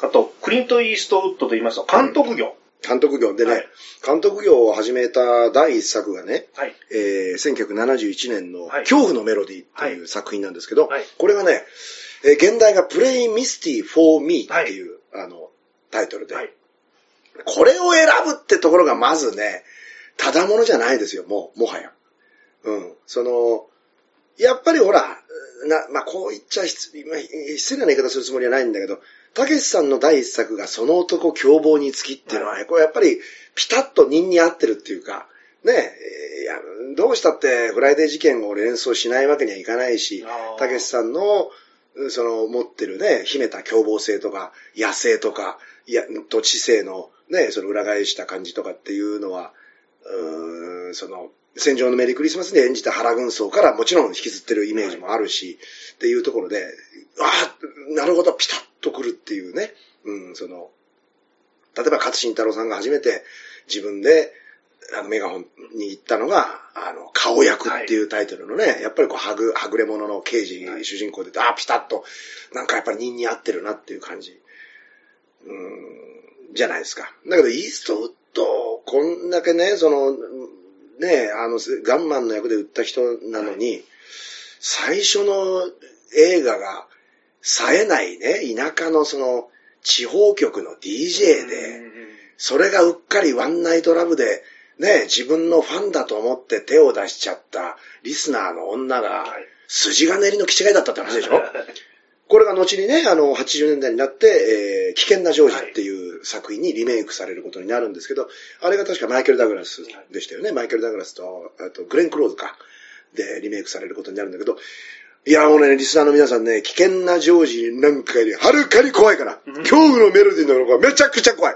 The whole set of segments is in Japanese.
あと、クリント・イーストウッドと言いますと、監督業。 監督業でね、はい、監督業を始めた第一作がね、はい、1971年の恐怖のメロディーっていう作品なんですけど、はい、これがね、現代が Play Misty for Me っていう、はい、タイトルで、はい、これを選ぶってところがまずね、ただものじゃないですよ、もはや。やっぱりほら、まあ、こう言っちゃ失礼な言い方するつもりはないんだけど、たけしさんの第一作がその男凶暴につきっていうのはね、これやっぱりピタッと人に合ってるっていうか、ね、どうしたってフライデー事件を連想しないわけにはいかないし、たけしさんの持ってるね、秘めた凶暴性とか、野生とか、知性のね、裏返した感じとかっていうのは、戦場のメリークリスマスで演じた原軍曹からもちろん引きずってるイメージもあるし、っていうところで、なるほど、ピタッとくるっていうね、例えば勝新太郎さんが初めて自分でメガホンに行ったのが、顔役っていうタイトルのね、やっぱりはぐれ者の刑事、主人公で、ピタッと、なんかやっぱり人に合ってるなっていう感じ、じゃないですか。だけど、イーストウッド、こんだけね、ガンマンの役で売った人なのに、最初の映画が、冴えないね、田舎の地方局の DJ で、それがうっかりワンナイトラブで、ね、自分のファンだと思って手を出しちゃったリスナーの女が、筋金入りの気違いだったって話でしょこれが後にね、80年代になって、危険なジョージっていう作品にリメイクされることになるんですけど、あれが確かマイケル・ダグラスでしたよね。マイケル・ダグラスと、あとグレン・クローズか。で、リメイクされることになるんだけど、いや、もうね、リスナーの皆さんね、危険なジョージなんかよりはるかに怖いから、恐怖のメロディーの方がめちゃくちゃ怖い。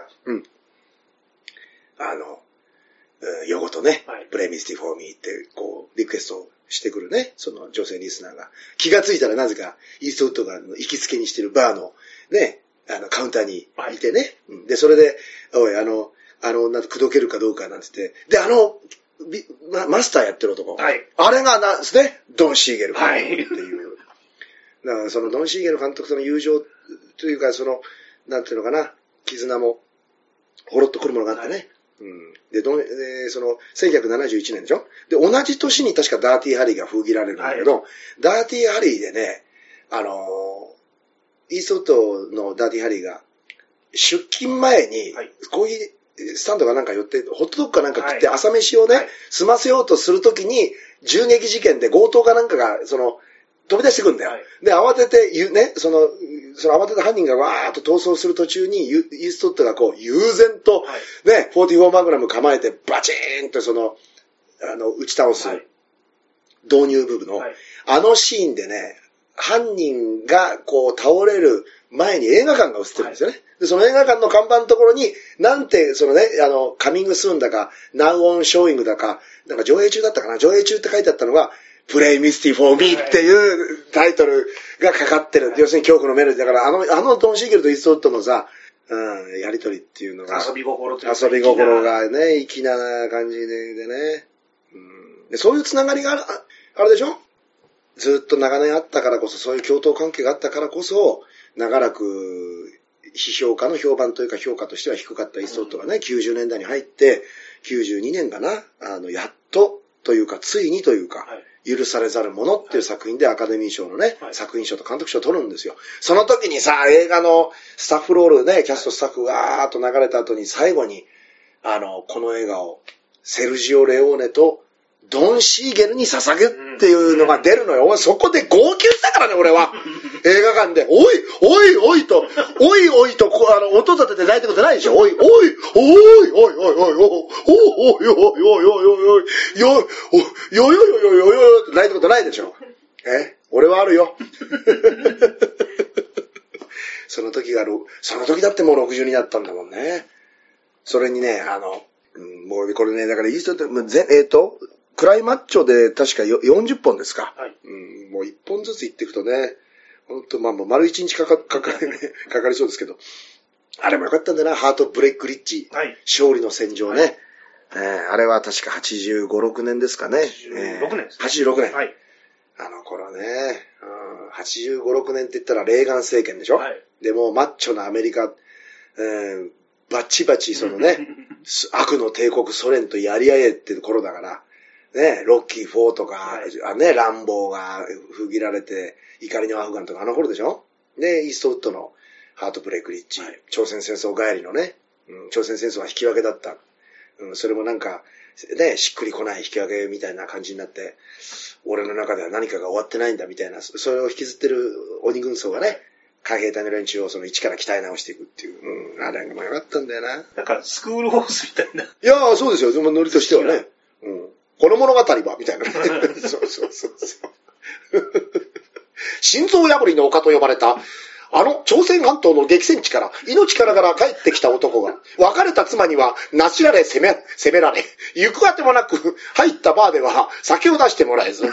ヨゴとね、プレイミスティフォーミーって、リクエストしてくるね、女性リスナーが、気がついたらなぜか、イーストウッドが行きつけにしてるバーの、ね、カウンターにいてね、で、それで、おい、女と口説けるかどうかなんて言って、で、マスターやってる男、あれがなんですね、ドン・シーゲル監督っていう。だからドン・シーゲル監督との友情というか、なんていうのかな、絆も、ほろっとくるものがあってね。で、1971年でしょで、同じ年に確かダーティーハリーが封切られるんだけど、ダーティーハリーでね、イーストウッドのダーティーハリーが、出勤前に、コーヒースタンドがなんか寄って、ホットドッグかなんか食って朝飯をね、済ませようとするときに、銃撃事件で強盗かなんかが、飛び出してくるんだよ。で、慌てて、ね、慌てた犯人がわーっと逃走する途中に、イーストウッドが悠然と、ね、44マグナム構えて、バチーンと打ち倒す、導入部分の、シーンでね、犯人が倒れる前に映画館が映ってるんですよね。で、その映画館の看板のところに、なんて、カミングスーンだか、ナウオンショーイングだか、なんか上映中だったかな、上映中って書いてあったのが、プレイミスティフォーミーっていうタイトルがかかってる。要するに恐怖のメロディーだから、ドン・シーゲルとイーストウッドのさ、やりとりっていうのが。 遊び心というか。 遊び心がね、粋な感じでね。でそういうつながりがあれでしょずっと長年あったからこそ、そういう共闘関係があったからこそ、長らく批評家の評判というか評価としては低かったイーストウッドがね、90年代に入って、92年かな、やっとというか、ついにというか、許されざるものっていう作品でアカデミー賞のね、作品賞と監督賞を取るんですよ。その時にさ、映画のスタッフロールね、キャストスタッフがーっと流れた後に最後に、この映画をセルジオ・レオーネとドン・シーゲルに捧げっていうのが出るのよ。そこで号泣したからね、俺は。映画館で、おいおいと、音立てて泣いたことないでしょ。おい、よって泣いたことないでしょ。俺はあるよ。その時だってもう60になったんだもんね。それにね、もうこれね、だからイーストって、クライマッチョで確か40本ですか。もう1本ずつ行っていくとね、ほんと、もう丸1日かかりそうですけど、あれもよかったんだな、ハートブレイクリッジ。勝利の戦場ね。あれは確か85、6年ですかね。 86年です。 86年。頃ね、85、6年って言ったらレーガン政権でしょ。 でもマッチョなアメリカ、バチバチそのね、悪の帝国ソ連とやり合えっていう頃だから、ね、ロッキー4とか、ね、ランボーが封切られて、怒りのアフガンとかあの頃でしょ。で、イーストウッドのハートブレイクリッチ、朝鮮戦争帰りのね、朝鮮戦争は引き分けだった。それもなんか、ね、しっくりこない引き分けみたいな感じになって、俺の中では何かが終わってないんだみたいな、それを引きずってる鬼軍曹がね、海兵隊の連中をその一から鍛え直していくっていう。あれも良かったんだよな。 なんか、スクールホースみたいな。いやー、そうですよ。ノリとしてはね。この物語はみたいな。そう。心臓破りの丘と呼ばれた、朝鮮半島の激戦地から命からがら帰ってきた男が、別れた妻にはなしられ責められ、行くあてもなく入ったバーでは酒を出してもらえず。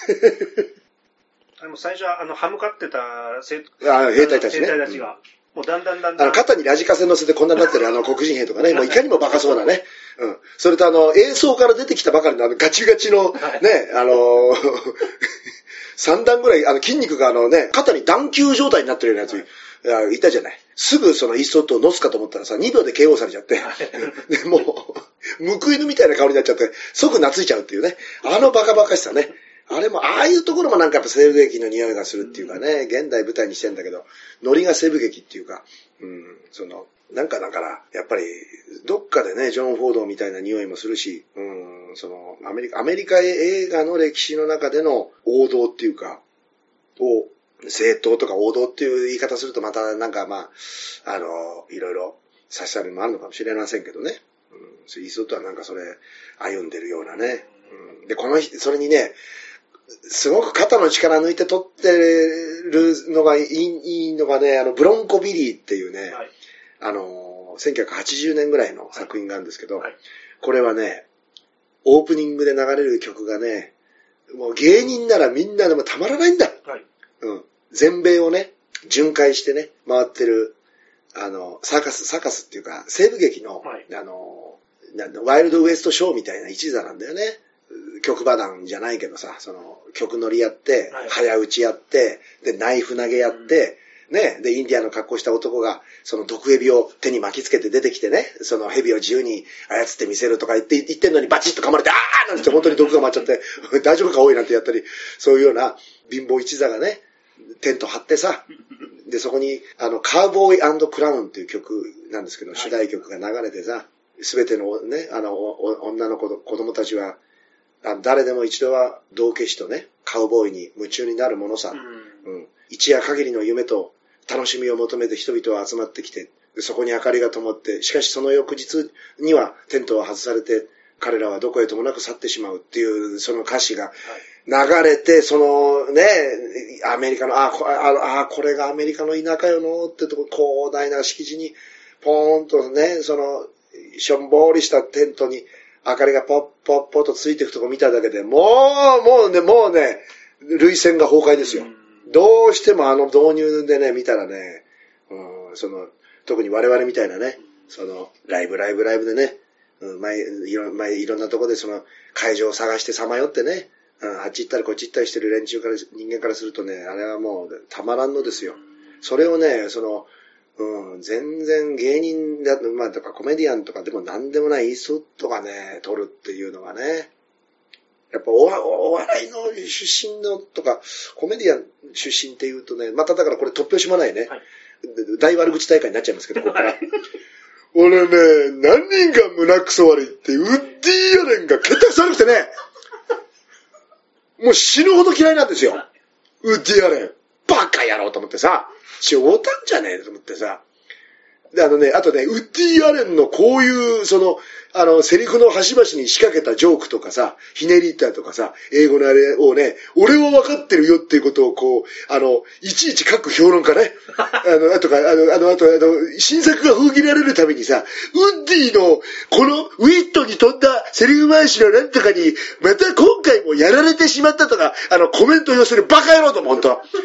最初は歯向かってた兵隊たちね。 兵隊たちが、もうだんだん。 肩にラジカセ乗せてこんなになってる黒人兵とかね、もういかにもバカそうなね。それと映像から出てきたばかりのガチガチの、ね、3段ぐらい、筋肉が肩に段球状態になってるようなやつ、いたじゃない。すぐそのイーストウッドを乗すかと思ったらさ、2秒で KO されちゃって、でもう、報い犬みたいな顔になっちゃって、即懐いちゃうっていうね。バカバカしさね。あれも、ああいうところもなんかやっぱ西部劇の匂いがするっていうかね、現代舞台にしてんだけど、ノリが西部劇っていうか、なんかだから、やっぱり、どっかでね、ジョン・フォードみたいな匂いもするし、アメリカ映画の歴史の中での王道っていうか、正統とか王道っていう言い方するとまたなんかいろいろ差し障りもあるのかもしれませんけどね。イーストウッドはなんかそれ、歩んでるようなね。で、それにね、すごく肩の力抜いて撮ってるのがいいのがね、ブロンコビリーっていうね、1980年ぐらいの作品があるんですけど、これはね、オープニングで流れる曲がね、もう芸人ならみんなでもたまらないんだ。全米をね、巡回してね、回ってる、サーカスっていうか、西部劇の、ワイルドウエストショーみたいな一座なんだよね。曲場団じゃないけどさ、曲乗りやって、早打ちやって、で、ナイフ投げやって、ね、で、インディアンの格好した男が、その毒蛇を手に巻きつけて出てきてね、その蛇を自由に操ってみせるとか言ってんのにバチッと噛まれて、なんて本当に毒が回っちゃって、大丈夫か多いなんてやったり、そういうような貧乏一座がね、テント張ってさ、で、そこに、カウボーイ&クラウンっていう曲なんですけど、主題曲が流れてさ、すべてのね、女の子供たちは、誰でも一度は道化師とね、カウボーイに夢中になるものさ、一夜限りの夢と楽しみを求めて人々は集まってきて、そこに明かりが灯って、しかしその翌日にはテントは外されて、彼らはどこへともなく去ってしまうっていう、その歌詞が流れて、そのね、アメリカの、これがアメリカの田舎よのってとこ、広大な敷地に、ポーンとね、その、しょんぼりしたテントに、明かりがポッポッポッとついていくとこ見ただけで、もうね、涙腺が崩壊ですよ。どうしても導入でね、見たらね、特に我々みたいなね、ライブでね、いろんなとこでその会場を探してさまよってね、あっち行ったりこっち行ったりしてる人間からするとね、あれはもうたまらんのですよ。それをね、全然芸人だと、とかコメディアンとかでも何でもないイーストウッドがね、撮るっていうのがね、やっぱお笑いの出身のとか、コメディアン出身っていうとね、まただからこれ突拍子もないね、大悪口大会になっちゃいますけど、ここから。俺ね、何人が胸くそ悪いって、ウッディ・アレンが桁くそ悪くてね、もう死ぬほど嫌いなんですよ。ウッディ・アレン。バカ野郎と思ってさ、冗談じゃねえと思ってさ。で、あとね、ウッディ・アレンのこういう、セリフの端々に仕掛けたジョークとかさ、ひねりとかさ、英語のあれをね、俺は分かってるよっていうことをこう、いちいち書く評論家ね。あと、新作が封切られるためにさ、ウッディの、このウィットに飛んだセリフ回しのなんとかに、また今回もやられてしまったとか、コメントを寄せるバカ野郎とも、ほんと。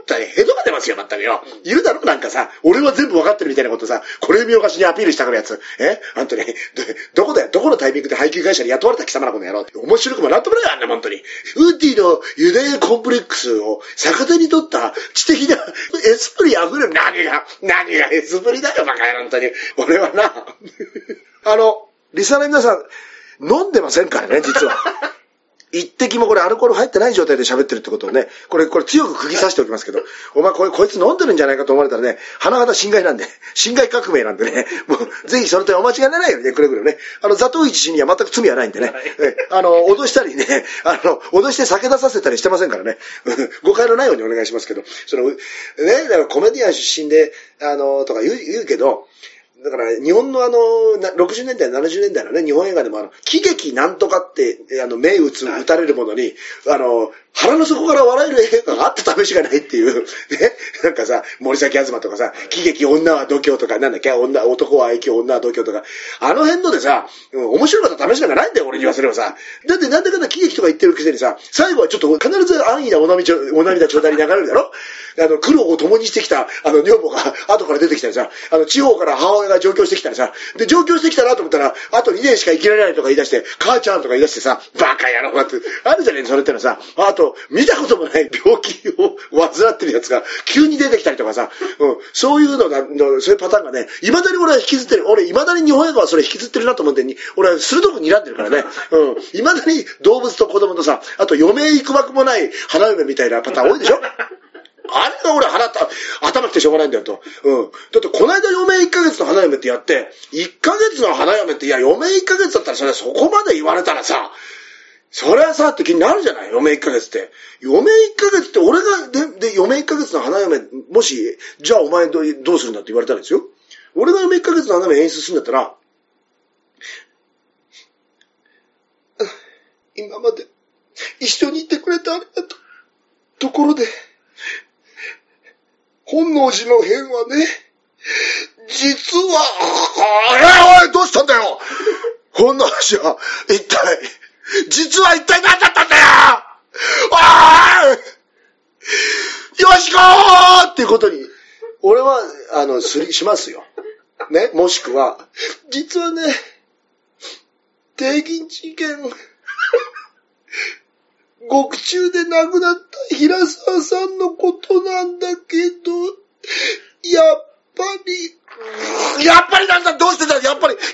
たにヘドが出ますよ、全くよ。いるだろなんかさ、俺は全部わかってるみたいなことさ、これ見よがしにアピールしたからやつ。本当に。どこだよ、どこのタイミングで配給会社に雇われた貴様らこの野郎。面白くもなんともないよ、あんな、本当に。ウッディのユダヤコンプレックスを逆手に取った知的なエスプリ溢れる。何がエスプリだよ、バカ野郎、本当に。俺はな、リスナーの皆さん、飲んでませんからね、実は。一滴もこれアルコール入ってない状態で喋ってるってことをね、これ強く釘刺しておきますけど、お前こいつ飲んでるんじゃないかと思われたらね、甚だ侵害なんで、侵害革命なんでね、もうぜひその点お間違いないようにね、くれぐれもね、ザトウイチ氏には全く罪はないんでね、脅したりね、脅して酒出させたりしてませんからね、誤解のないようにお願いしますけど、だからコメディアン出身で、とか言うけど、だから、日本の60年代、70年代のね、日本映画でも喜劇なんとかって、銘打たれるものに、腹の底から笑える映画があった試しがないっていう、ね、なんかさ、森崎東とかさ、喜劇女は度胸とか、なんだっけ、男は愛嬌、女は度胸とか、あの辺のでさ、面白かった試しなんかないんだよ、俺に言わせればさ。だってなんだかんだ喜劇とか言ってるくせにさ、最後はちょっと必ず安易なお涙頂戴に流れるだろ。苦労を共にしてきた、女房が後から出てきたりさ、地方から母親が上京してきたりさ、で、上京してきたなと思ったら、あと2年しか生きられないとか言い出して、母ちゃんとか言い出してさ、バカ野郎って、あるじゃねえ、それってのはさ、あと、見たこともない病気を患ってるやつが、急に出てきたりとかさ、そういうのが、そういうパターンがね、未だに俺は引きずってる。俺、未だに日本映画はそれ引きずってるなと思って、俺は鋭く睨んでるからね。未だに動物と子供とさ、あと余命いくばくもない花嫁みたいなパターン多いでしょ。あれが俺頭きてしょうがないんだよと。だってこの間余命1ヶ月の花嫁ってやって、1ヶ月の花嫁って、いや余命1ヶ月だったらそこまで言われたらさ、それはさって気になるじゃない、余命1ヶ月って。余命1ヶ月って俺が、で、余命1ヶ月の花嫁、もし、じゃあお前どうするんだって言われたらですよ。俺が余命1ヶ月の花嫁演出するんだったら、今まで一緒にいてくれてありがとう。ところで、本能寺の変はね、実は、おい、どうしたんだよ。本能寺は、実は一体何だったんだよ。おい、よしこーっていうことに、俺は、しますよ。ね、もしくは、実はね、帝銀事件、獄中で亡くなった平沢さんのことなんだけど、やっぱりなんだ、どうしてだ、やっぱりって、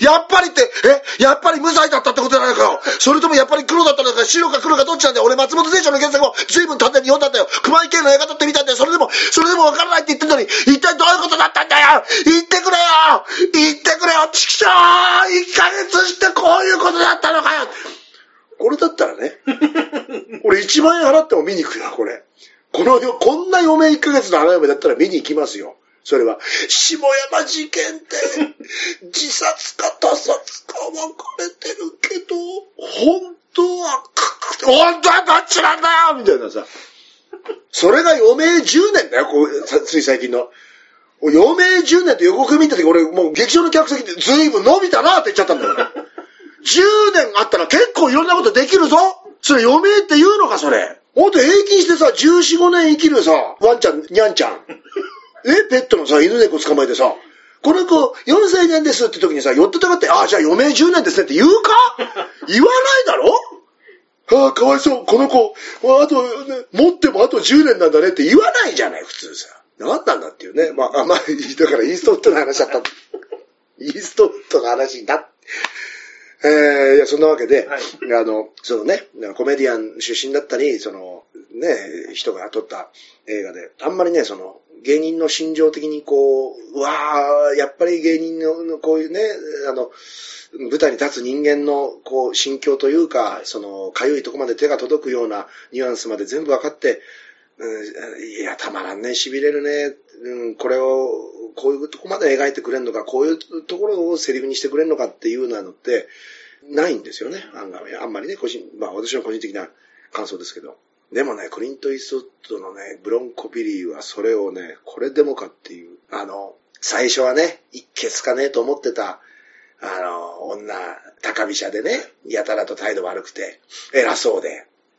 やっぱり無罪だったってことじゃないかよ。それともやっぱり黒だったのか、白か黒かどっちなんだよ。俺松本清張の原作を随分単純に読んだんだよ。熊井慶の映画撮ってみたんだよ。それでもわからないって言ってんのに、一体どういうことだったんだよ。言ってくれよ、ちくしょう !1 ヶ月してこういうことだったのかよ。これだったらね、俺1万円払っても見に行くよ、これ。こんな余命1ヶ月の花嫁だったら見に行きますよ。それは、下山事件って、自殺か他殺か分かれてるけど、本当はどっちなんだよみたいなさ。それが余命10年だよ、つい最近の。余命10年って予告見た時、俺もう劇場の客席で随分伸びたなって言っちゃったんだよ。10年あったら結構いろんなことできるぞ。それ余命って言うのか、それ。ほんと平均してさ、14、15年生きるさ、ワンちゃん、ニャンちゃん。ペットのさ、犬猫捕まえてさ、この子、4歳なんですって時にさ、寄ってたかって、じゃあ余命10年ですねって言うか言わないだろ。かわいそう、この子、持ってもあと10年なんだねって言わないじゃない、普通さ。なんなんだっていうね。だからイーストウッドの話だった。イーストウッドの話だ。いや、そんなわけで、はい、そのね、コメディアン出身だったり、人が撮った映画で、あんまりね、芸人の心情的にやっぱり芸人のこういうね、舞台に立つ人間の心境というか、かゆいとこまで手が届くようなニュアンスまで全部分かって、いや、たまらんね、痺れるね、これを、こういうとこまで描いてくれるのか、こういうところをセリフにしてくれるのかっていうのって、ないんですよね、あんまりね、私の個人的な感想ですけど。でもね、クリント・イーストウッドのね、ブロンコビリーはそれをね、これでもかっていう、最初はね、一決かねと思ってた、女、高飛車でね、やたらと態度悪くて、偉そうで、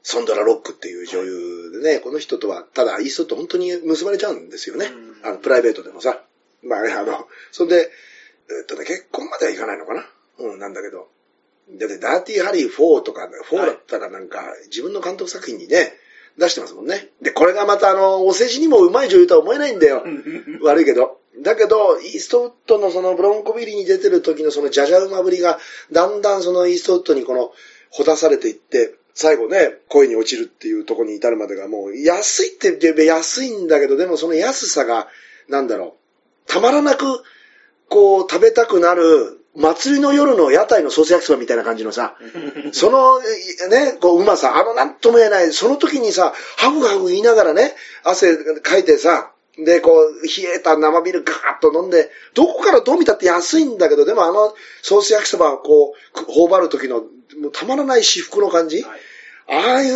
ソンドラ・ロックっていう女優でね、この人とは、ただイーストウッド本当に結ばれちゃうんですよね。プライベートでもさ。まあね、そんで、結婚まではいかないのかな。なんだけど。だってダーティーハリー4とか、4だったらなんか、自分の監督作品にね、出してますもんね。で、これがまたお世辞にも上手い女優とは思えないんだよ。悪いけど。だけど、イーストウッドのそのブロンコビリーに出てる時のそのジャジャ馬ぶりが、だんだんそのイーストウッドにほだされていって、最後ね、恋に落ちるっていうところに至るまでがもう、安いって言えば安いんだけど、でもその安さが、たまらなく、食べたくなる、祭りの夜の屋台のソース焼きそばみたいな感じのさ、そのね、うまさ、なんとも言えない、その時にさ、ハフハフ言いながらね、汗かいてさ、で、冷えた生ビールガーッと飲んで、どこからどう見たって安いんだけど、でもソース焼きそば頬張る時の、もうたまらない至福の感じ、はい、ああいう、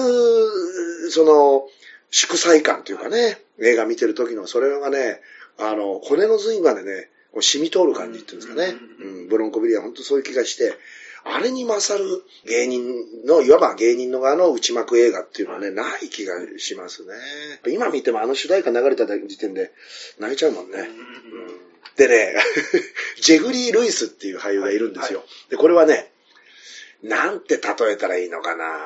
祝祭感というかね、映画見てる時の、それがね、骨の髄までね、染み通る感じっていうんですかね。ブロンコビリーは本当そういう気がして、あれに勝るいわば芸人の側の内幕映画っていうのはね、ない気がしますね。今見ても主題歌流れた時点で泣いちゃうもんね。でね、ジェフリー・ルイスっていう俳優がいるんですよ。で、これはね、なんて例えたらいいのかな。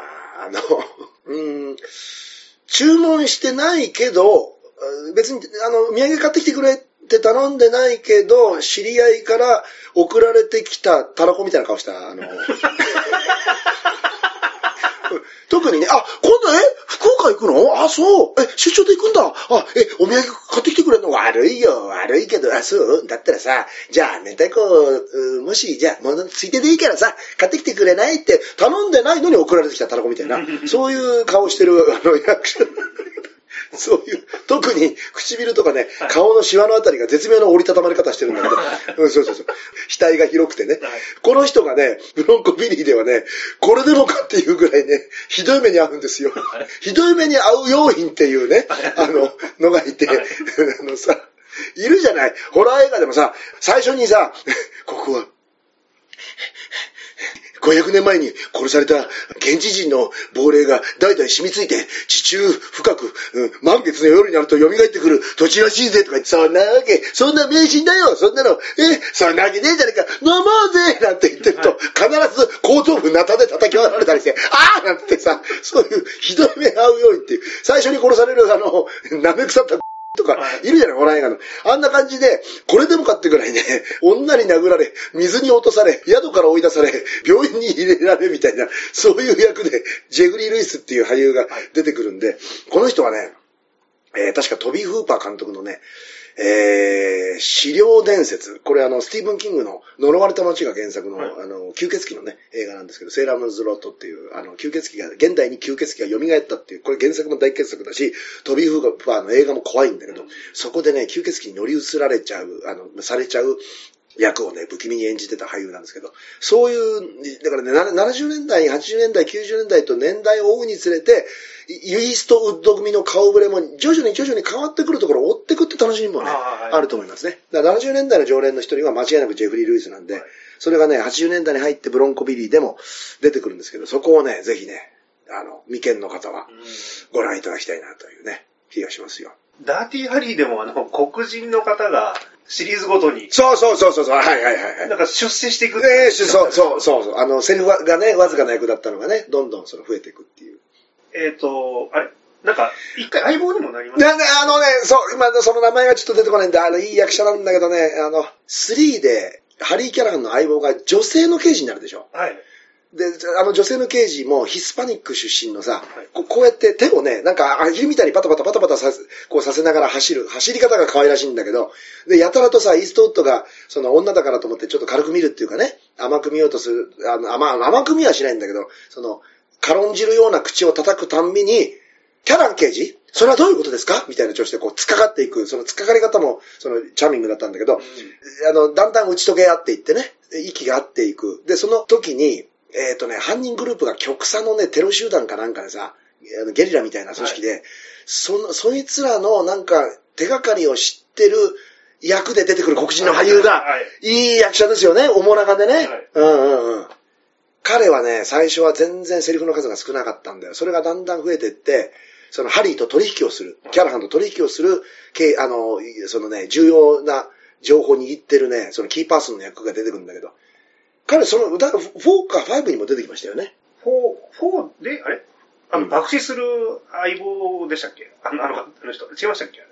注文してないけど、別に、土産買ってきてくれって頼んでないけど、知り合いから送られてきたたらこみたいな顔した、特にね、今度福岡行くの？そう。出張で行くんだ。お土産買ってきてくれるの？悪いけど、そうだったらさ、じゃあ、明太子、もし、じゃあ、もうついてでいいからさ、買ってきてくれないって頼んでないのに送られてきたたらこみたいな、そういう顔してる、役者。そういう、特に唇とかね、はい、顔のシワのあたりが絶妙な折りたたまれ方してるんだけど、そう。額が広くてね、はい、この人がね、ブロンコビリーではね、これでもかっていうぐらいね、ひどい目に遭うんですよ。ひどい目に遭う要因っていうね、のがいて、さ、いるじゃない。ホラー映画でもさ、最初にさ、ここは、500年前に殺された現地人の亡霊が代々染みついて地中深く、満月の夜になると蘇ってくる土地らしいぜとか言って、そんな迷信だよ、そんなの、そんなわけねえじゃねえか、飲もうぜなんて言ってると、必ず後頭部ナタで叩き割られたりして、なんてさ、そういうひどい目合うようにっていう、最初に殺される舐め腐ったとか、いるじゃない、ホラー映画の。あんな感じで、これでもかってぐらいね、女に殴られ、水に落とされ、宿から追い出され、病院に入れられみたいな、そういう役で、ジェフリー・ルイスっていう俳優が出てくるんで、この人はね、確かトビー・フーパー監督のね、資料伝説。これスティーブン・キングの呪われた街が原作の、吸血鬼のね、映画なんですけど、セーラームズ・ロットっていう、現代に吸血鬼が蘇ったっていう、これ原作も大傑作だし、トビー・フーパーの映画も怖いんだけど、そこでね、吸血鬼に乗り移られちゃう、されちゃう役をね、不気味に演じてた俳優なんですけど、そういう、だからね、70年代、80年代、90年代と年代を追うにつれて、イーストウッド組の顔ぶれも徐々に変わってくるところを追ってくって楽しみもね、あると思いますね。だから70年代の常連の一人は間違いなくジェフリー・ルイスなんで、それがね、80年代に入ってブロンコビリーでも出てくるんですけど、そこをね、ぜひね、未見の方はご覧いただきたいなというね、気がしますよ。 ダーティーハリーでも黒人の方がシリーズごとに。 そう。はい。 なんか出世していく。 そう。セリフがね、わずかな役だったのがね、どんどん増えていくっていう。 あれなんか、一回相棒にもなりました。 今その名前がちょっと出てこないんで、いい役者なんだけどね、3で、ハリー・キャラハンの相棒が女性の刑事になるでしょ。はい。で、女性の刑事もヒスパニック出身のさ、はい、こうやって手をね、なんかアヒルみたいにパタパタさせながら走り方が可愛らしいんだけど、で、やたらとさ、イーストウッドが、女だからと思ってちょっと軽く見るっていうかね、甘く見ようとする、甘く見はしないんだけど、軽んじるような口を叩くたんびに、キャラン刑事それはどういうことですかみたいな調子で突っかかっていく、その突っかかり方も、チャーミングだったんだけど、だんだん打ち解け合っていってね、息が合っていく。で、その時に、犯人グループが極左のね、テロ集団かなんかでさ、ゲリラみたいな組織で、はい、そいつらのなんか手がかりを知ってる役で出てくる黒人の俳優が、いい役者ですよね、おもなかでね。はい、 彼はね、最初は全然セリフの数が少なかったんだよ。それがだんだん増えていって、そのハリーと取引をする、キャラハンと取引をする、そのね、重要な情報を握ってるね、そのキーパーソンの役が出てくるんだけど、彼、その歌、4か5にも出てきましたよね。 4で、あれ爆死する相棒でしたっけあの人。違いましたっけ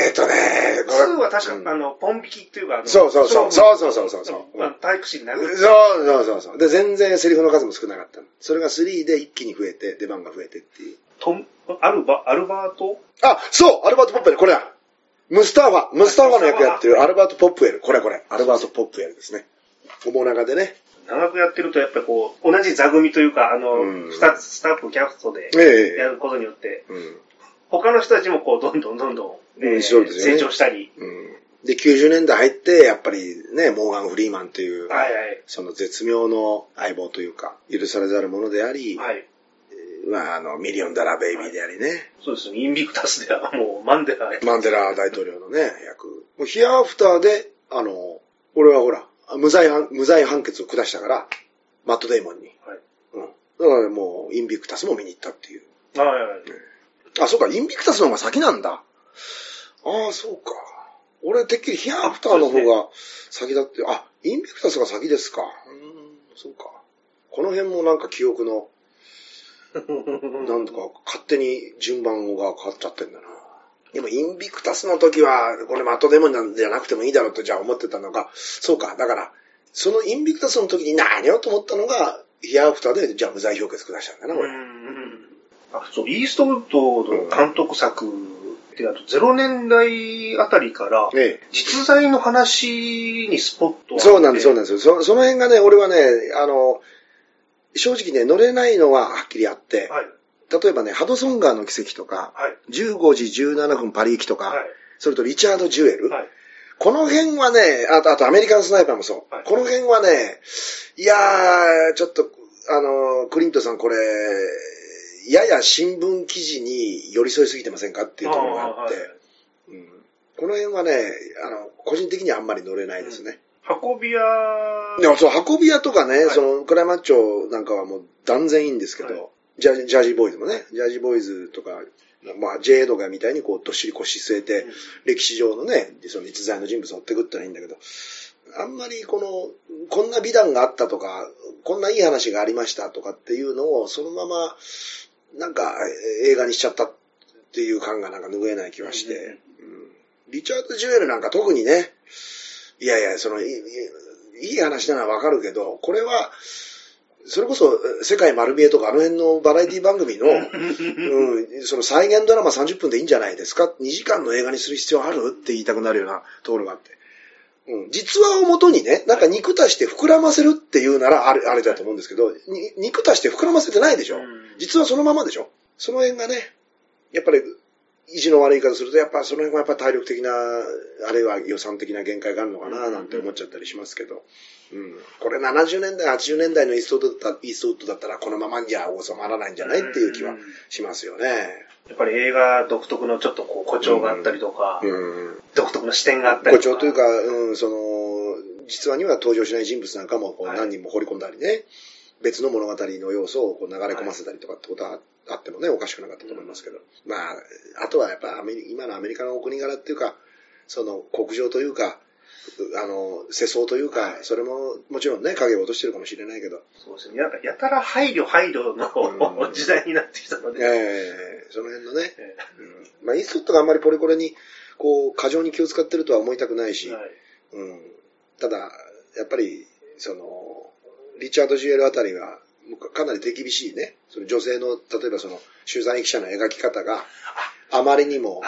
2は確か、ポン引きっていうか、 そう。 タイプシーになる。 そう。で、全然セリフの数も少なかったの。それが3で一気に増えて、出番が増えてっていう。 アルバートそうアルバート・ポップエル、これだムスターファの役やってるアルバート・ポップエル。これ。アルバート・ポップエルですね。面長でね。 長くやってると、やっぱりこう、同じ座組というか、スタッフ、キャストでやることによって、他の人たちもこう、どんどん、成長したり。 で、90年代入って、やっぱりね、モーガン・フリーマンという、その絶妙の相棒というか、許されざるものであり、ミリオンダラーベイビーでありね。 そうですね。インビクタスではもうマンデラ大統領のね、役。ヒアアフターで、俺はほら、無罪判決を下したから、マット・デイモンに。だからもう、インビクタスも見に行ったっていう。そうか、インビクタスの方が先なんだ。そうか。俺、てっきりヒアアフターの方が先だって、インビクタスが先ですか。そうか。この辺もなんか記憶の、なんとか勝手に順番が変わっちゃってんだな。でもインビクタスの時は、これマットデモンなんじゃなくてもいいだろうとじゃあ思ってたのが、そうか、だから、そのインビクタスの時に何をと思ったのが、ヒアアフターで、じゃあ無罪評決下したんだな、これ。 そう、イーストウッドの監督作で、あと0年代あたりから、実在の話にスポットを当てて。 そうなんですよ。その辺がね、俺はね、正直ね、乗れないのははっきりあって、例えばね、ハドソン川の奇跡とか、15時17分パリ行きとか、それとリチャード・ジュエル、この辺はね、あとアメリカンスナイパーもそう、この辺はね、いやー、ちょっと、クリントさんこれ、やや新聞記事に寄り添いすぎてませんかっていうところがあって、この辺はね、個人的にはあんまり乗れないですね。 運び屋運び屋とかね、そのクライマッチョなんかはもう断然いいんですけど、ジャージーボーイズもね、ジャージーボーイズとか、ジェエドガみたいにこうどっしり腰据えて、歴史上のね、その実在の人物を追ってくったらいいんだけど、あんまりこんな美談があったとか、こんないい話がありましたとかっていうのをそのままなんか映画にしちゃったっていう感がなんか拭えない気はして、リチャード・ジュエルなんか特にね、いや、いい話なのはわかるけど、これは、それこそ世界丸見えとかあの辺のバラエティ番組の、その再現ドラマ30分でいいんじゃないですか ?2 時間の映画にする必要あるって言いたくなるようなところがあって。実話をもとにね、なんか肉足して膨らませるっていうならあれだと思うんですけど、肉足して膨らませてないでしょ。実はそのままでしょ。その辺がね、やっぱり、意地の悪い言い方すると、やっぱその辺はやっぱ体力的な、あるいは予算的な限界があるのかななんて思っちゃったりしますけど、これ70年代、80年代のイーストウッドだったらこのままじゃ収まらないんじゃないっていう気はしますよね。 やっぱり映画独特のちょっとこう誇張があったりとか、独特の視点があったりとか。 誇張というか、実話には登場しない人物なんかも何人も掘り込んだりね、別の物語の要素を流れ込ませたりとかってことはあってもね、おかしくなかったと思いますけど。あとはやっぱ今のアメリカのお国柄っていうか、その国情というか、世相というか、それももちろんね、影を落としてるかもしれないけど。 そうですね。やたら配慮の時代になってきたので。 その辺のね。イーストウッドがあんまりポリコレに、過剰に気を使ってるとは思いたくないし、ただ、やっぱり、リチャード・ジュエルあたりは、かなり手厳しいね、その女性の、例えば取材記者の描き方があまりにも、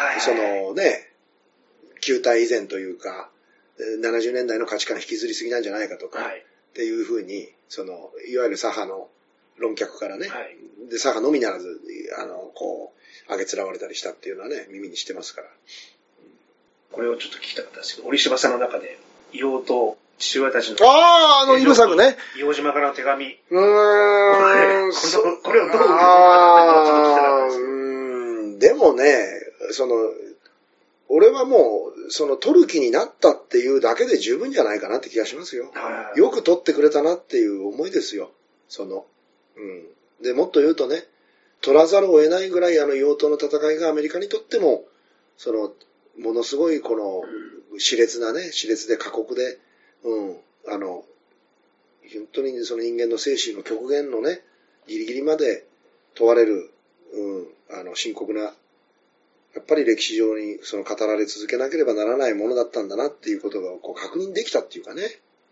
旧態依然というか、70年代の価値観引きずりすぎなんじゃないかとか、っていうふうに、いわゆる左派の論客からね、で、左派のみならず、上げつらわれたりしたっていうのはね、耳にしてますから。 これをちょっと聞きたかったですけど、折柴さんの中で、硫黄と父親たちの。 イル作ね。 硫黄島からの手紙。 これをどう受け止めたかちょっと聞きたかったです。でもね、俺はもう、取る気になったっていうだけで十分じゃないかなって気がしますよ。よく取ってくれたなっていう思いですよ。 で、もっと言うとね、取らざるを得ないぐらい硫黄島の戦いがアメリカにとっても、ものすごいこの、熾烈で過酷で、本当にその人間の生死の極限のね、ギリギリまで問われる、深刻な、やっぱり歴史上に語られ続けなければならないものだったんだなっていうことがこう確認できたっていうかね。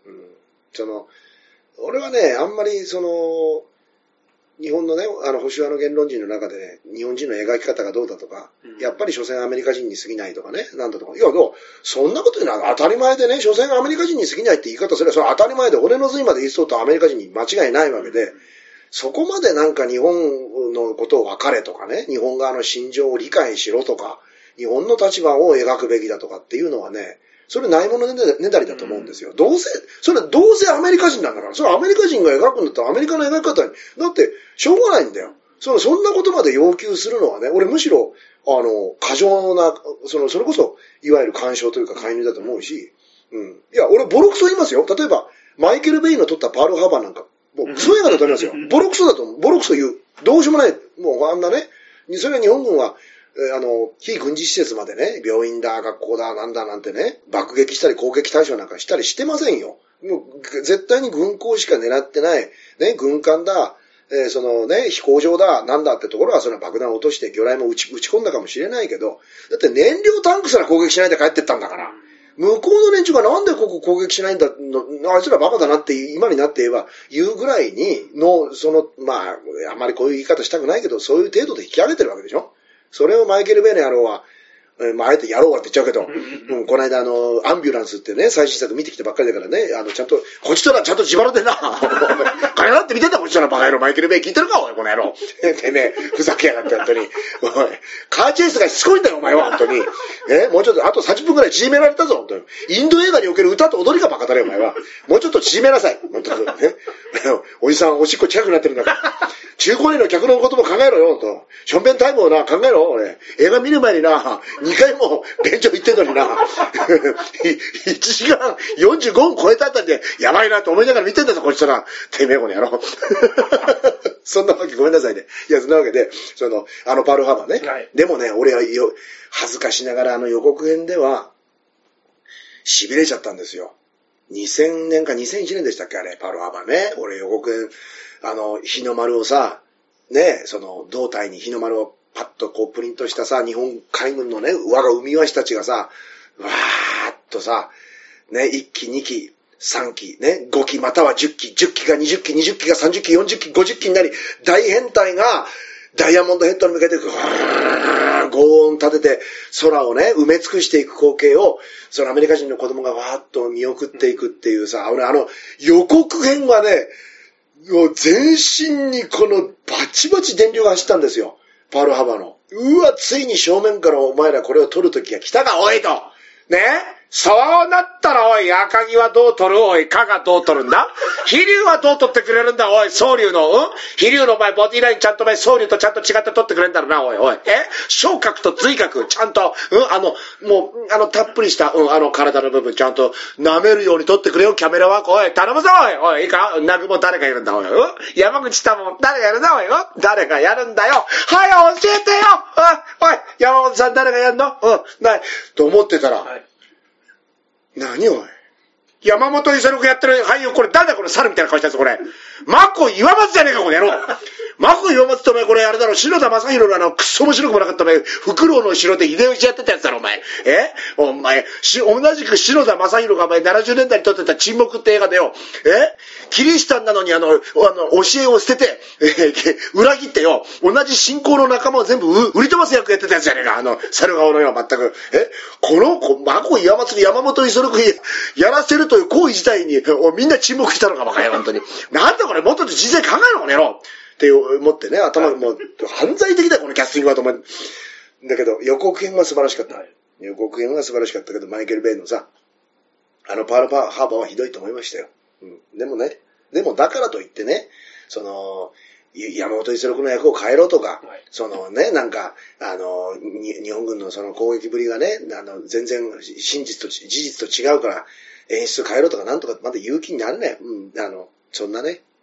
俺はね、あんまり日本のね、保守派の言論人の中でね、日本人の描き方がどうだとか、やっぱり所詮アメリカ人に過ぎないとかね、なんだとか。いや、そんなこと言うのは当たり前でね、所詮アメリカ人に過ぎないって言い方すれば、それは当たり前で、俺の髄まで言いそうとアメリカ人に間違いないわけで、そこまでなんか日本のことを分かれとかね、日本側の心情を理解しろとか、日本の立場を描くべきだとかっていうのはね、それないものねだりだと思うんですよ。どうせアメリカ人なんだから、それアメリカ人が描くんだったらアメリカの描き方に、だってしょうがないんだよ。そんなことまで要求するのはね、俺むしろ、過剰な、それこそ、いわゆる干渉というか介入だと思うし、いや、俺ボロクソ言いますよ。例えば、マイケル・ベイの撮ったパールハーバーなんか、もうクソ映画だと思いますよ。ボロクソだと思う。ボロクソ言う。どうしようもない。もうあんなね、それは日本軍は、非軍事施設までね、病院だ、学校だ、なんだなんてね、爆撃したり攻撃対象なんかしたりしてませんよ。もう、絶対に軍港しか狙ってない、ね、軍艦だ、飛行場だ、なんだってところはその爆弾を落として魚雷も撃ち込んだかもしれないけど、だって燃料タンクすら攻撃しないで帰ってったんだから。向こうの連中がなんでここ攻撃しないんだ、あいつらバカだなって今になって言うぐらいにあんまりこういう言い方したくないけど、そういう程度で引き上げてるわけでしょ。それをマイケル・ベイの野郎は、あえてやろうわって言っちゃうけど、この間アンビュランスってね、最新作見てきてばっかりだからね、ちゃんと、こっちとらちゃんと自腹でな、金だって見てたこっちとらバカ野郎、マイケル・ベイ聞いてるかおい、この野郎。てめえ、ふざけやがって本当に。おい、カーチェイスがしつこいんだよ、お前は、本当に。もうちょっと、あと30分くらい縮められたぞ、本当に。インド映画における歌と踊りがバカだね、お前は。もうちょっと縮めなさい、本当に。おじさん、おしっこ近くなってるんだから。中高年の客のことも考えろよ、と。ションベンタイムをな、考えろ、俺。映画見る前にな、2回も便所行ってんのにな、1時間45分超えたあたりで、やばいなと思いながら見てんだぞ、こっちとら。てめえこの野郎。そんなわけ、ごめんなさいね。いや、そんなわけで、パールハーバーね。はい、でもね、俺は恥ずかしながら予告編では、痺れちゃったんですよ。2000年か2001年でしたっけ、あれ、パールハーバーね。俺予告編、日の丸をさ、ね、胴体に日の丸をパッとこうプリントしたさ、日本海軍のね、我が海鷲たちがさ、わーっとさ、ね、1機、2機、3機、ね、5機または10機、10機が20機、20機が30機、40機、50機になり、大編隊がダイヤモンドヘッドに向けて、轟音立てて空をね、埋め尽くしていく光景を、アメリカ人の子供がわーっと見送っていくっていうさ、予告編はね、全身にこのバチバチ電流が走ったんですよ。パールハーバーの。うわ、ついに正面からお前らこれを撮るときが来たか、おいと。ね、そうなったらおい、赤城はどう取る、おい、加がどう取るんだ、飛龍はどう取ってくれるんだ、おい、宗龍の、飛龍のお前ボディラインちゃんと宗龍とちゃんと違って取ってくれるんだろうな、おい、おい、小角と髄角、ちゃんと、もう、たっぷりした、体の部分ちゃんと舐めるように取ってくれよ、キャメラワーク、おい、頼むぞ、おい、おい、いいか、南も誰がやるんだ、おい、山口さんも誰がやるんだ、おい、誰がやるんだよ、はよ、教えてよ、おい、山本さん誰がやるの、と思ってたら、はい、何おい。山本五十六やってる俳優、これ誰だこの猿みたいな顔したやつ、これ。マコ岩松じゃねえか、この野郎。マコ岩松とお前、これあれだろ、篠田正宏のくっそ面白くもなかったお前、フクロウの城で秀吉やってたやつだろ、お前。お前、同じく篠田正宏がお前、70年代に撮ってた沈黙って映画でよ、キリシタンなのに教えを捨てて、裏切ってよ、同じ信仰の仲間を全部売り飛ばす役やってたやつじゃねえか、猿顔のよ、全く。マコ岩松に山本五十六やらせるという行為自体に、みんな沈黙したのか、バカよ、本当に。なんだこれ、もっと実際考えろ、この野郎。って思ってね、頭もう犯罪的だこのキャスティングはと思う。だけど予告編は素晴らしかった。予告編は素晴らしかったけど、マイケル・ベイのさ、パールハーバーはひどいと思いましたよ。でもだからといってね、山本五十六の役を変えろとか、なんか、日本軍の攻撃ぶりがね、全然事実と違うから演出変えろとかなんとかまだ言う気になるね。そんなね、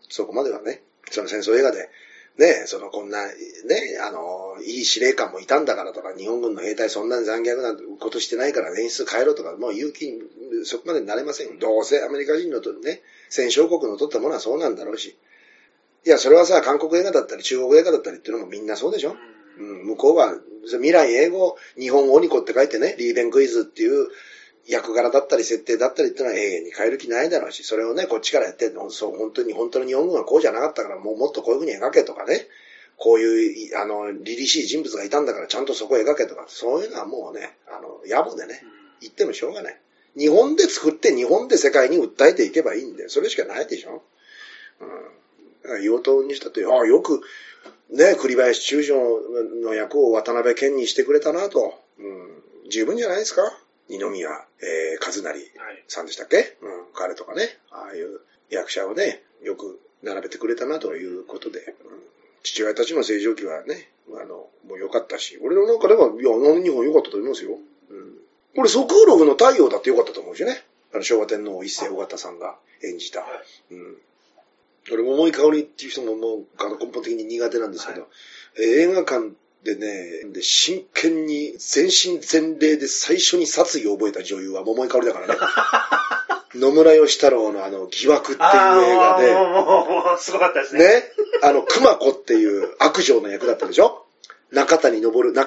そこまではね、その戦争映画で、ね、こんな、ね、いい司令官もいたんだからとか、日本軍の兵隊そんなに残虐なことしてないから演出変えろとか、もう勇気、そこまでになれませんよ。どうせアメリカ人のね、戦勝国の取ったものはそうなんだろうし。いや、それはさ、韓国映画だったり中国映画だったりっていうのもみんなそうでしょ。向こうは、未来英語、日本鬼子って書いてね、リーベンクイズっていう役柄だったり設定だったりっていうのは永遠に変える気ないだろうし、それをね、こっちからやって、そう、本当の日本軍はこうじゃなかったから、もっとこういう風に描けとかね、こういう、凛々しい人物がいたんだからちゃんとそこを描けとか、そういうのはもうね、野暮でね、言ってもしょうがない。日本で作って日本で世界に訴えていけばいいんで、それしかないでしょ。硫黄島にしたって、よく、ね、栗林中将の役を渡辺謙にしてくれたなと。十分じゃないですか。二宮、和成さんでしたっけ、彼とかね、ああいう役者をね、よく並べてくれたなということで、父親たちの成長期はね、もう良かったし、俺の中では、いや、日本良かったと思いますよ。これ、ソクーロフの太陽だって良かったと思うしね。昭和天皇一世尾形さんが演じた。俺、桃井かおりっていう人ももう、根本的に苦手なんですけど、映画館でね、真剣に全身全霊で最初に殺意を覚えた女優は桃井かおりだからね。野村義太郎の疑惑っていう映画で。 もう、すごかったですね。 ね。熊子っていう悪女の役だったでしょ。中谷昇の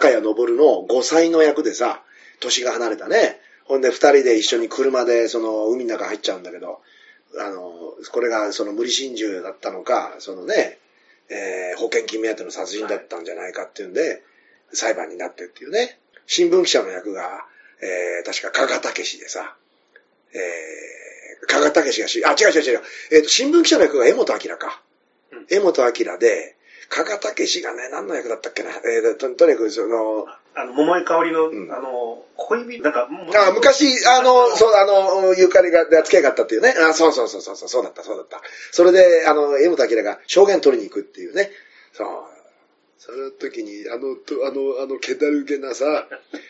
5歳の役でさ、年が離れたね。ほんで2人で一緒に車で海の中入っちゃうんだけど、これが無理心中だったのか、保険金目当ての殺人だったんじゃないかっていうんで、裁判になってっていうね。新聞記者の役が、確か加賀武史でさ、加賀武史が違う。新聞記者の役が江本明か。江本明で、加賀武史がね、何の役だったっけな。とにかく桃井かおりの、恋人、 昔、ゆかりが付き合いがあったっていうね。そうだった。それで、江本明が証言取りに行くっていうね。そう。その時に、気だるげなさ、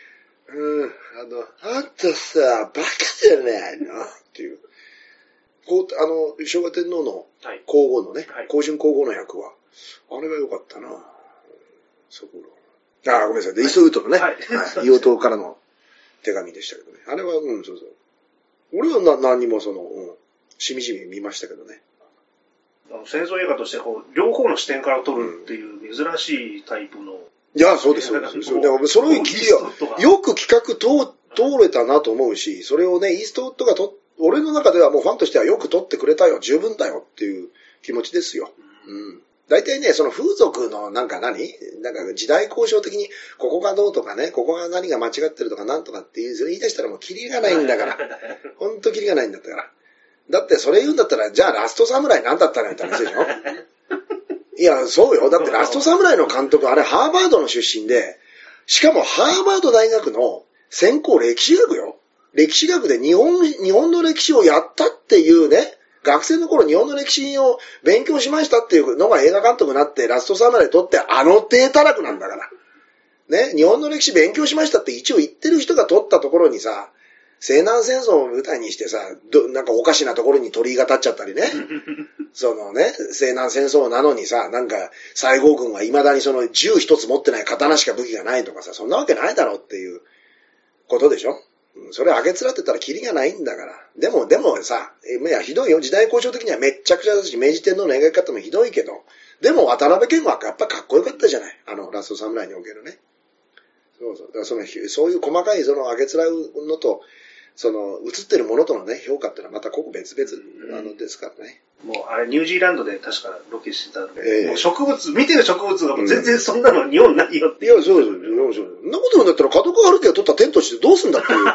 あんたさ、バカじゃないのっていう。昭和天皇の皇后のね、皇順皇后の役は、あれが良かったな。そこの。ごめんなさい。イーストウッドのね、硫黄島からの手紙でしたけどね。あれは、そう。俺は何にもしみじみ見ましたけどね。 戦争映画として両方の視点から撮るっていう珍しいタイプの。 いや、そうです。そのよく企画通れたなと思うし、それをね、イーストウッドが俺の中ではもうファンとしてはよく撮ってくれたよ、十分だよっていう気持ちですよ。大体ね、風俗の時代交渉的に、ここがどうとかね、ここが何が間違ってるとかなんとかって言い出したらもうキリがないんだから。ほんとキリがないんだったから。だってそれ言うんだったら、じゃあラストサムライなんだったのって話でしょ。いや、そうよ。だってラストサムライの監督、あれハーバードの出身で、しかもハーバード大学の専攻歴史学よ。歴史学で日本の歴史をやったっていうね、学生の頃日本の歴史を勉強しましたっていうのが映画監督になってラストサムライ撮って低たらくなんだから。ね、日本の歴史勉強しましたって一応言ってる人が撮ったところにさ、西南戦争を舞台にしてさ、おかしなところに鳥居が立っちゃったりね。西南戦争なのにさ、西郷軍は未だに銃一つ持ってない刀しか武器がないとかさ、そんなわけないだろうっていうことでしょ。それ上げつらってたらキリがないんだから。でもさ、いや、ひどいよ。時代交渉的にはめっちゃくちゃだし、明治天皇の描き方もひどいけど、でも渡辺謙はやっぱかっこよかったじゃない。ラストサムライにおけるね。だからそういう細かい上げつらうのと、映ってるものとのね、評価ってのはまたここ別々ですからね。 もうあれニュージーランドで確かロケしてたんで、もう植物、見てる植物がもう全然そんなの日本ないよって。 いや、そう。そんなことなんだったら角川春樹が撮った天と地ってどうすんだっていう。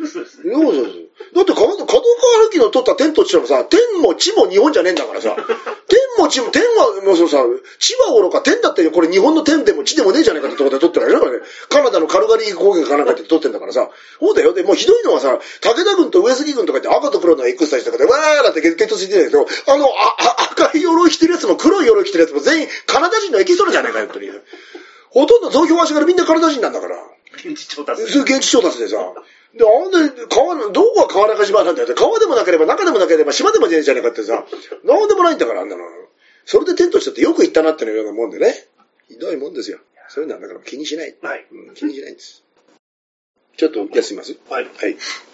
そう。だって角川春樹の撮った天と地ってのはさ、天も地も日本じゃねえんだからさ。天はもうさ、地はおろか天だってこれ日本の天でも地でもねえじゃねえかってとこで撮ってるわけね。カナダのカルガリー高原かなんかで撮ってんだからさ。そうだよ。で、もうひどいのはさ、武田軍と上杉軍とかって赤と黒の X 対してとかで、わーだって激突してるんだけど、赤い鎧着てるやつも黒い鎧着てるやつも全員カナダ人のエキストラじゃないかよっていう。ほとんど増強足からみんなカナダ人なんだから。 現地調達でさ。で、どこが川中島なんだよって。川でもなければ中でもなければ島でもねえじゃねえかってさ。なんでもないんだから、あんなの。 それでテントしちゃってよく行ったなっていうようなもんでね。ひどいもんですよ。そういうのはだから気にしない。 はい。 気にしないんです。ちょっと休みます？ はい。 はい。